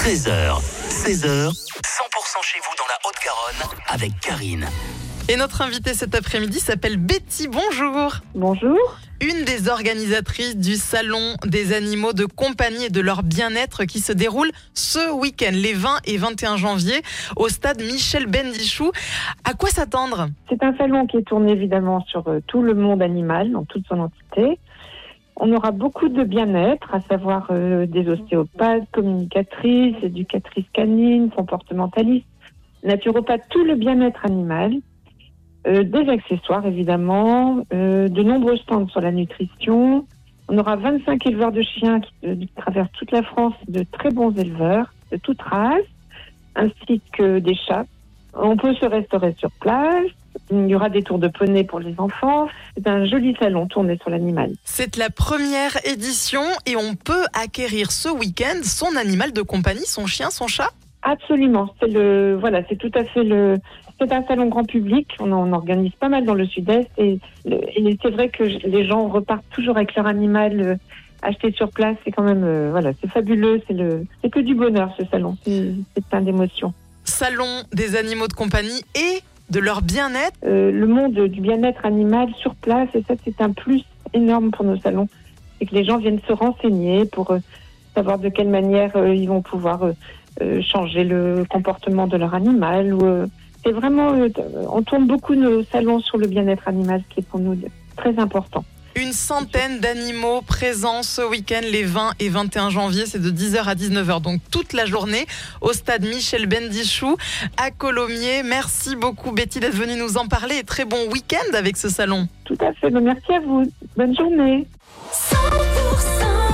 13h, 16h, 100% chez vous dans la Haute-Garonne avec Karine. Et notre invitée cet après-midi s'appelle Betty. Bonjour. Bonjour. Une des organisatrices du Salon des animaux de compagnie et de leur bien-être qui se déroule ce week-end, les 20 et 21 janvier, au stade Michel Bendichou. À quoi s'attendre ? C'est un salon qui est tourné évidemment sur tout le monde animal, dans toute son entité. On aura beaucoup de bien-être, à savoir des ostéopathes, communicatrices, éducatrices canines, comportementalistes, naturopathes, tout le bien-être animal. Des accessoires évidemment, de nombreux stands sur la nutrition. On aura 25 éleveurs de chiens qui traversent toute la France, de très bons éleveurs, de toute race, ainsi que des chats. On peut se restaurer sur place. Il y aura des tours de poney pour les enfants. C'est un joli salon tourné sur l'animal. C'est la première édition et on peut acquérir ce week-end son animal de compagnie, son chien, son chat ? Absolument. C'est tout à fait c'est un salon grand public. On en organise pas mal dans le sud-est et c'est vrai que les gens repartent toujours avec leur animal acheté sur place. C'est quand même, c'est fabuleux. C'est que du bonheur ce salon. C'est plein d'émotions. Salon des animaux de compagnie et de leur bien-être. Le monde du bien-être animal sur place, et ça c'est un plus énorme pour nos salons. C'est que les gens viennent se renseigner pour savoir de quelle manière ils vont pouvoir changer le comportement de leur animal. C'est vraiment, on tourne beaucoup nos salons sur le bien-être animal, ce qui est pour nous très important. Une centaine d'animaux présents ce week-end, les 20 et 21 janvier. C'est de 10h à 19h, donc toute la journée, au stade Michel Bendichou, à Colomiers. Merci beaucoup, Betty, d'être venue nous en parler. Et très bon week-end avec ce salon. Tout à fait. Merci à vous. Bonne journée. 100%